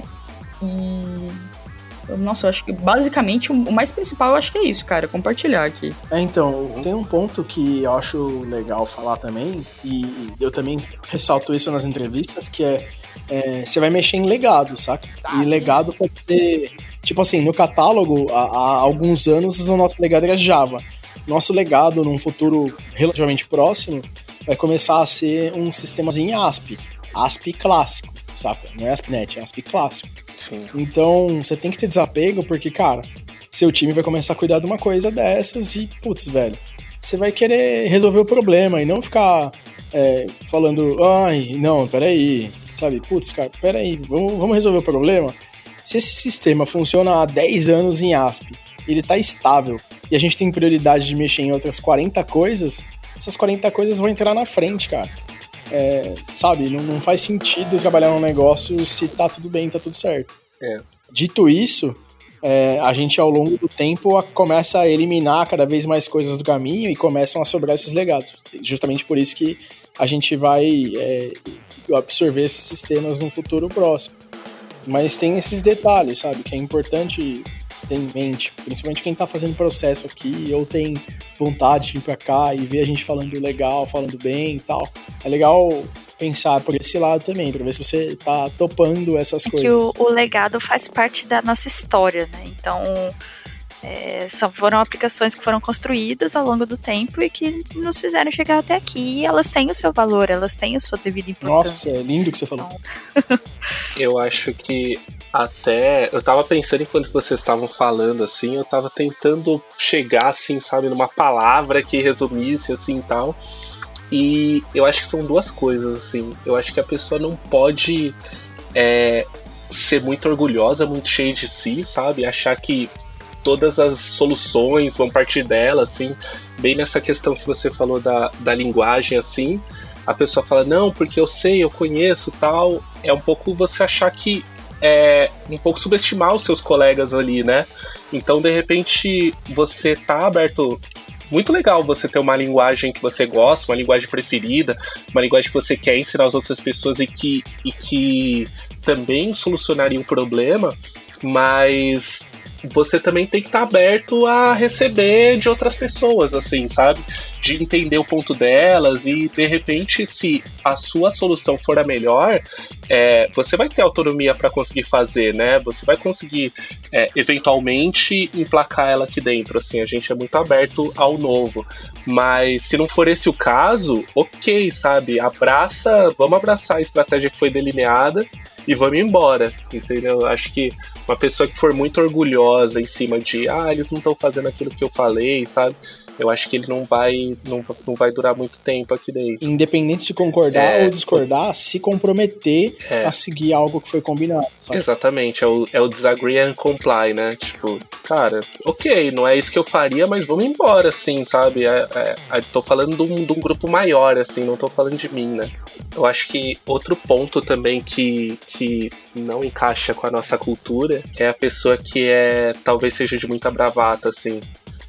e, nossa, eu acho que basicamente o mais principal eu acho que é isso, cara, compartilhar aqui. É, então, tem um ponto que eu acho legal falar também, e eu também ressalto isso nas entrevistas, que é, é você vai mexer em legado, saca? Ah, e sim. Legado pode ser, tipo assim, no catálogo, há, há alguns anos o nosso legado era Java. Nosso legado, num futuro relativamente próximo, vai começar a ser um sistemazinho A S P. A S P clássico, saca? Não é A S P ponto net, é A S P clássico. Sim. Então, você tem que ter desapego, porque, cara, seu time vai começar a cuidar de uma coisa dessas e, putz, velho, você vai querer resolver o problema e não ficar é, falando, ai, não, peraí, sabe? Putz, cara, peraí, vamos, vamos resolver o problema? Se esse sistema funciona há dez anos em A S P, ele tá estável, e a gente tem prioridade de mexer em outras quarenta coisas, essas quarenta coisas vão entrar na frente, cara. É, sabe, não, não faz sentido trabalhar num negócio se tá tudo bem, tá tudo certo. É. Dito isso, é, a gente ao longo do tempo a, começa a eliminar cada vez mais coisas do caminho e começam a sobrar esses legados. Justamente por isso que a gente vai é, absorver esses sistemas no futuro próximo. Mas tem esses detalhes, sabe, que é importante ter em mente, principalmente quem tá fazendo processo aqui ou tem vontade de vir pra cá e ver a gente falando legal, falando bem e tal. É legal pensar por esse lado também, pra ver se você tá topando essas é coisas. Que o, o legado faz parte da nossa história, né? Então, é, são, foram aplicações que foram construídas ao longo do tempo e que nos fizeram chegar até aqui, e elas têm o seu valor, elas têm a sua devida importância. Nossa, é lindo o que você falou. Então... Eu acho que até, eu tava pensando enquanto vocês estavam falando, assim, eu tava tentando chegar, assim, sabe, numa palavra que resumisse, assim, tal, e eu acho que são duas coisas, assim, eu acho que a pessoa não pode é, ser muito orgulhosa, muito cheia de si, sabe, achar que todas as soluções vão partir dela, assim, bem nessa questão que você falou da, da linguagem, assim, a pessoa fala, não, porque eu sei, eu conheço, tal, é um pouco você achar que é um pouco subestimar os seus colegas ali, né? Então, de repente, você tá aberto. Muito legal você ter uma linguagem que você gosta, uma linguagem preferida, uma linguagem que você quer ensinar às outras pessoas e que, e que também solucionaria um problema, mas você também tem que estar aberto a receber de outras pessoas, assim, sabe? De entender o ponto delas e, de repente, se a sua solução for a melhor, é, você vai ter autonomia para conseguir fazer, né? Você vai conseguir, é, eventualmente, emplacar ela aqui dentro, assim. A gente é muito aberto ao novo. Mas, se não for esse o caso, ok, sabe? Abraça, vamos abraçar a estratégia que foi delineada e vamos embora, entendeu? Acho que uma pessoa que for muito orgulhosa em cima de, ah, eles não estão fazendo aquilo que eu falei, sabe? Eu acho que ele não vai, não, não vai durar muito tempo aqui dentro. Independente de concordar é, ou discordar, se comprometer é. a seguir algo que foi combinado, sabe? Exatamente, é o, é o disagree and comply, né? Tipo, cara, ok, não é isso que eu faria, mas vamos embora, assim, sabe? É, é, é, tô falando de um, de um grupo maior, assim, não tô falando de mim, né? Eu acho que outro ponto também que, que não encaixa com a nossa cultura é a pessoa que é, talvez seja de muita bravata, assim.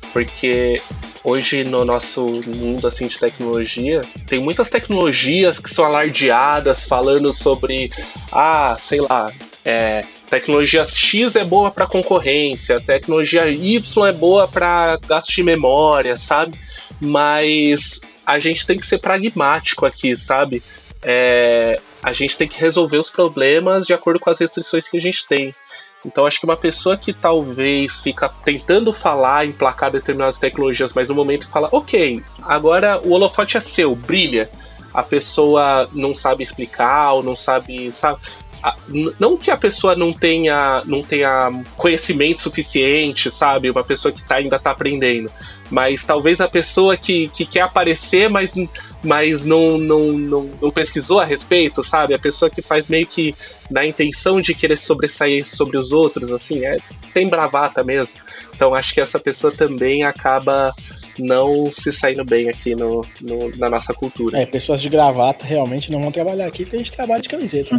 Porque hoje no nosso mundo assim, de tecnologia, tem muitas tecnologias que são alardeadas falando sobre, ah, sei lá, é, tecnologia X é boa para concorrência, tecnologia Y é boa para gasto de memória, sabe? Mas a gente tem que ser pragmático aqui, sabe? É, a gente tem que resolver os problemas de acordo com as restrições que a gente tem. Então acho que uma pessoa que talvez fica tentando falar, emplacar determinadas tecnologias, mas no momento fala, ok, agora o holofote é seu, brilha. A pessoa não sabe explicar ou não sabe... sabe não que a pessoa não tenha, não tenha conhecimento suficiente, sabe? Uma pessoa que tá, ainda tá aprendendo. Mas talvez a pessoa que, que quer aparecer, mas, mas não, não, não, não pesquisou a respeito, sabe? A pessoa que faz meio que na intenção de querer sobressair sobre os outros, assim, é, tem bravata mesmo. Então acho que essa pessoa também acaba não se saindo bem aqui no, no, na nossa cultura. É, pessoas de gravata realmente não vão trabalhar aqui porque a gente trabalha de camiseta.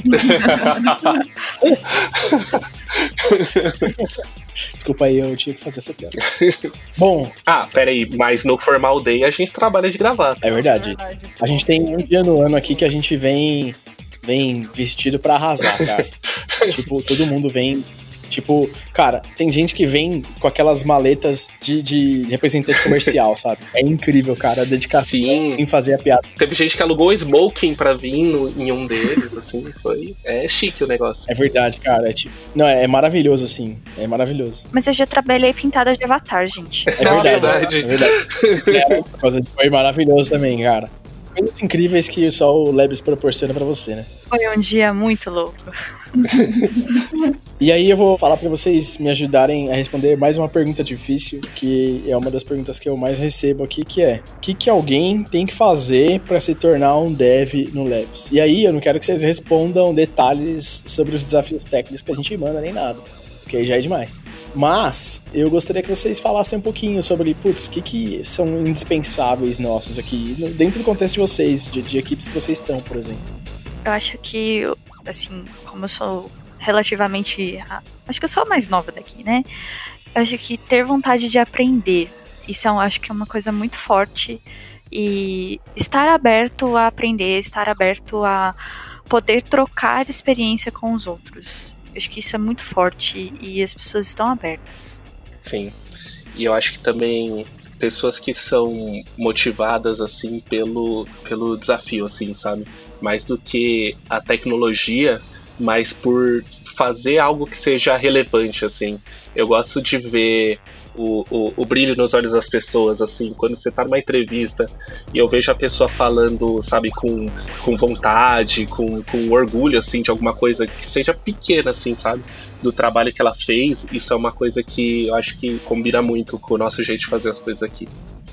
Desculpa aí, eu tinha que fazer essa piada. Bom... Ah, peraí, mas no Formal Day a gente trabalha de gravata. É verdade. A gente tem um dia no ano aqui que a gente vem, vem vestido pra arrasar, cara. Tipo, todo mundo vem... Tipo, cara, tem gente que vem com aquelas maletas de, de representante comercial, sabe? É incrível, cara, a dedicação Sim. em fazer a piada. Teve gente que alugou smoking pra vir no, em um deles, assim, foi... É chique o negócio. É verdade, cara, é tipo... Não, é, é maravilhoso, assim, é maravilhoso. Mas eu já trabalhei pintada de avatar, gente. É verdade, é verdade. É verdade. Foi maravilhoso também, cara. Coisas incríveis que só o Labs proporciona pra você, né? Foi um dia muito louco. E aí eu vou falar pra vocês me ajudarem a responder mais uma pergunta difícil, que é uma das perguntas que eu mais recebo aqui, que é: o que, que alguém tem que fazer pra se tornar um dev no Labs? E aí eu não quero que vocês respondam detalhes sobre os desafios técnicos que a gente manda, nem nada, porque aí já é demais. Mas eu gostaria que vocês falassem um pouquinho sobre, putz, o que, que são indispensáveis nossos aqui, dentro do contexto de vocês, de, de equipes que vocês estão, por exemplo. Eu acho que, assim, como eu sou relativamente... Acho que eu sou a mais nova daqui, né? Eu acho que ter vontade de aprender, isso eu acho que é uma coisa muito forte. E estar aberto a aprender, estar aberto a poder trocar experiência com os outros. Eu acho que isso é muito forte e as pessoas estão abertas. Sim. E eu acho que também pessoas que são motivadas, assim, pelo, pelo desafio, assim, sabe? Mais do que a tecnologia, mas por fazer algo que seja relevante, assim. Eu gosto de ver o, o, o brilho nos olhos das pessoas, assim, quando você tá numa entrevista e eu vejo a pessoa falando, sabe, com, com vontade, com, com orgulho, assim, de alguma coisa que seja pequena, assim, sabe, do trabalho que ela fez. Isso é uma coisa que eu acho que combina muito com o nosso jeito de fazer as coisas aqui.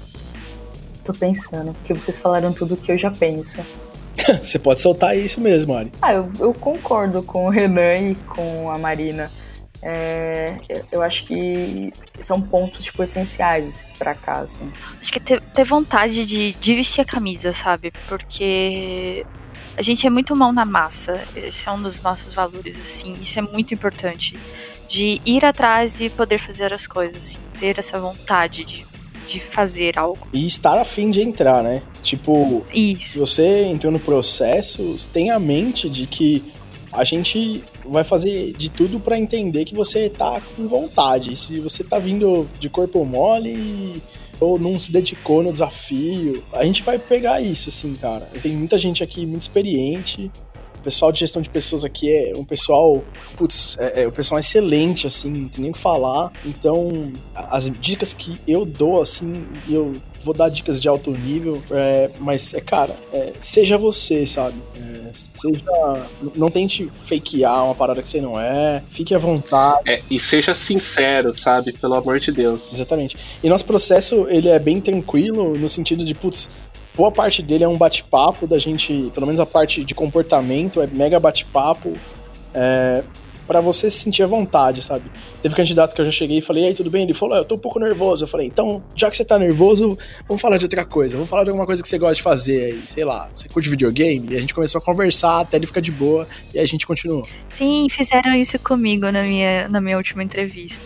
Tô pensando, porque vocês falaram tudo que eu já penso. Você pode soltar isso mesmo, Ari. Ah, eu, eu concordo com o Renan e com a Marina. É, eu acho que são pontos, tipo, essenciais pra cá, assim. Acho que ter, ter vontade de, de vestir a camisa, sabe? Porque a gente é muito mão na massa. Esse é um dos nossos valores, assim. Isso é muito importante. De ir atrás e poder fazer as coisas, assim. Ter essa vontade de, de fazer algo. E estar a fim de entrar, né? Tipo, Isso. Se você entrou no processo, tenha a mente de que a gente vai fazer de tudo pra entender que você tá com vontade. Se você tá vindo de corpo mole ou não se dedicou no desafio, a gente vai pegar isso, assim, cara. Tem muita gente aqui muito experiente. O pessoal de gestão de pessoas aqui é um pessoal, putz, é, é um pessoal excelente, assim, não tem nem o que falar. Então, as dicas que eu dou, assim, eu vou dar dicas de alto nível, é, mas, é, cara, é, seja você, sabe? É, seja... Não tente fakear uma parada que você não é, fique à vontade. É, e seja sincero, sabe? Pelo amor de Deus. Exatamente. E nosso processo, ele é bem tranquilo, no sentido de, putz, boa parte dele é um bate-papo da gente, pelo menos a parte de comportamento é mega bate-papo, é, pra você se sentir à vontade, sabe? Teve um candidato que eu já cheguei e falei, e aí, tudo bem? Ele falou, eu tô um pouco nervoso. Eu falei, então, já que você tá nervoso, vamos falar de outra coisa, vamos falar de alguma coisa que você gosta de fazer aí, sei lá, você curte videogame? E a gente começou a conversar até ele ficar de boa, e aí a gente continuou. Sim, fizeram isso comigo na minha, na minha última entrevista.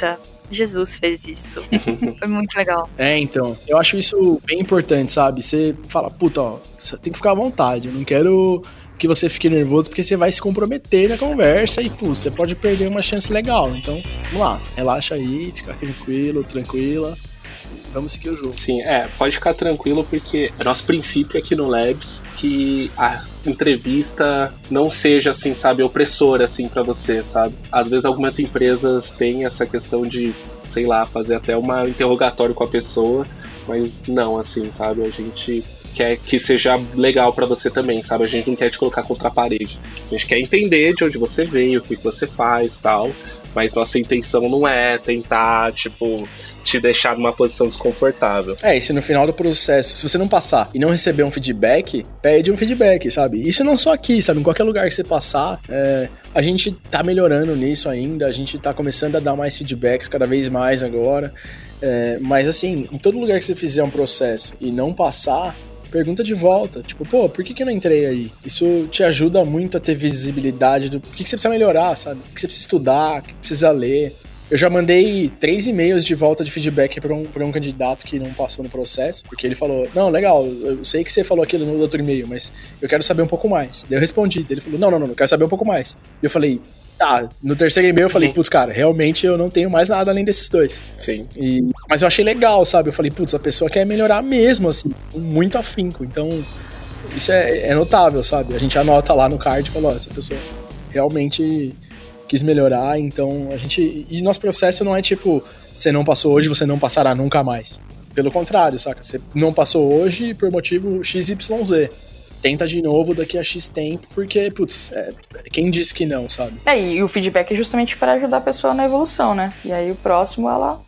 Jesus fez isso. Foi muito legal. É, então, eu acho isso bem importante, sabe? Você fala, puta, ó, você tem que ficar à vontade, eu não quero que você fique nervoso, porque você vai se comprometer na conversa e, pô, você pode perder uma chance legal. Então, vamos lá, relaxa aí, fica tranquilo, tranquila. Vamos seguir o jogo. Sim, é, pode ficar tranquilo, porque é nosso princípio aqui no Labs que a entrevista não seja, assim, sabe, opressora, assim, pra você, sabe? Às vezes algumas empresas têm essa questão de, sei lá, fazer até uma interrogatório com a pessoa, mas não, assim, sabe? A gente quer que seja legal pra você também, sabe? A gente não quer te colocar contra a parede. A gente quer entender de onde você veio, o que você faz e tal, mas nossa intenção não é tentar, tipo, te deixar numa posição desconfortável. É, e se no final do processo, se você não passar e não receber um feedback, pede um feedback, sabe? Isso não só aqui, sabe? Em qualquer lugar que você passar, é, a gente tá melhorando nisso ainda, a gente tá começando a dar mais feedbacks cada vez mais agora, é, mas assim, em todo lugar que você fizer um processo e não passar, pergunta de volta, tipo, pô, por que que eu não entrei aí? Isso te ajuda muito a ter visibilidade do que, que você precisa melhorar, sabe? O que você precisa estudar, o que precisa ler. Eu já mandei três e-mails de volta de feedback para um, pra um candidato que não passou no processo, porque ele falou, não, legal, eu sei que você falou aquilo no outro e-mail, mas eu quero saber um pouco mais. Daí eu respondi, ele falou, não, não, não, eu quero saber um pouco mais. E eu falei, tá, no terceiro e-mail eu falei, putz, cara, realmente eu não tenho mais nada além desses dois. Sim. E, mas eu achei legal, sabe? Eu falei, putz, a pessoa quer melhorar mesmo, assim, com muito afinco. Então, isso é, é notável, sabe? A gente anota lá no card e fala, ó, essa pessoa realmente quis melhorar, então a gente... E nosso processo não é tipo, você não passou hoje, você não passará nunca mais. Pelo contrário, saca? Você não passou hoje por motivo X Y Z. Tenta de novo daqui a X tempo, porque, putz, é, quem disse que não, sabe? É, e o feedback é justamente para ajudar a pessoa na evolução, né? E aí o próximo, ela,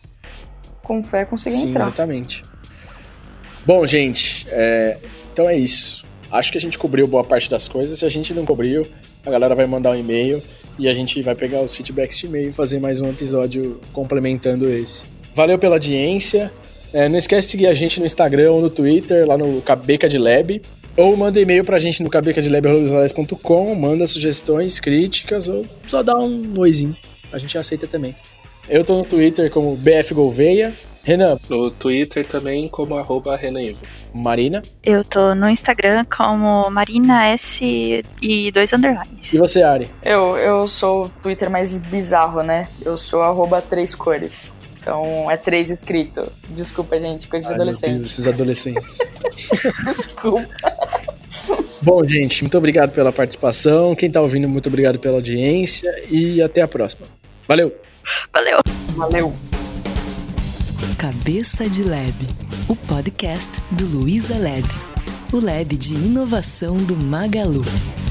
com fé, conseguir Sim, entrar. Exatamente. Bom, gente, é, então é isso. Acho que a gente cobriu boa parte das coisas. Se a gente não cobriu, a galera vai mandar um e-mail e a gente vai pegar os feedbacks de e-mail e fazer mais um episódio complementando esse. Valeu pela audiência. É, não esquece de seguir a gente no Instagram ou no Twitter, lá no Cabeca de Lab. Ou manda e-mail pra gente no cabecadilab arroba luiz alex ponto com, manda sugestões, críticas, ou só dá um oizinho. A gente aceita também. Eu tô no Twitter como B F Gouveia. Renan. No Twitter também como arroba Renaivo. Marina. Eu tô no Instagram como Marina S e dois underlines. E você, Ari? Eu, eu sou o Twitter mais bizarro, né? Eu sou arroba três cores. Então é três escrito. Desculpa, gente, coisa de Ai, adolescente. meu Deus, esses adolescentes. Desculpa. Bom, gente, muito obrigado pela participação. Quem tá ouvindo, muito obrigado pela audiência. E até a próxima. Valeu! Valeu! Valeu! Cabeça de Lab, o podcast do Luiza Labs, o lab de inovação do Magalu.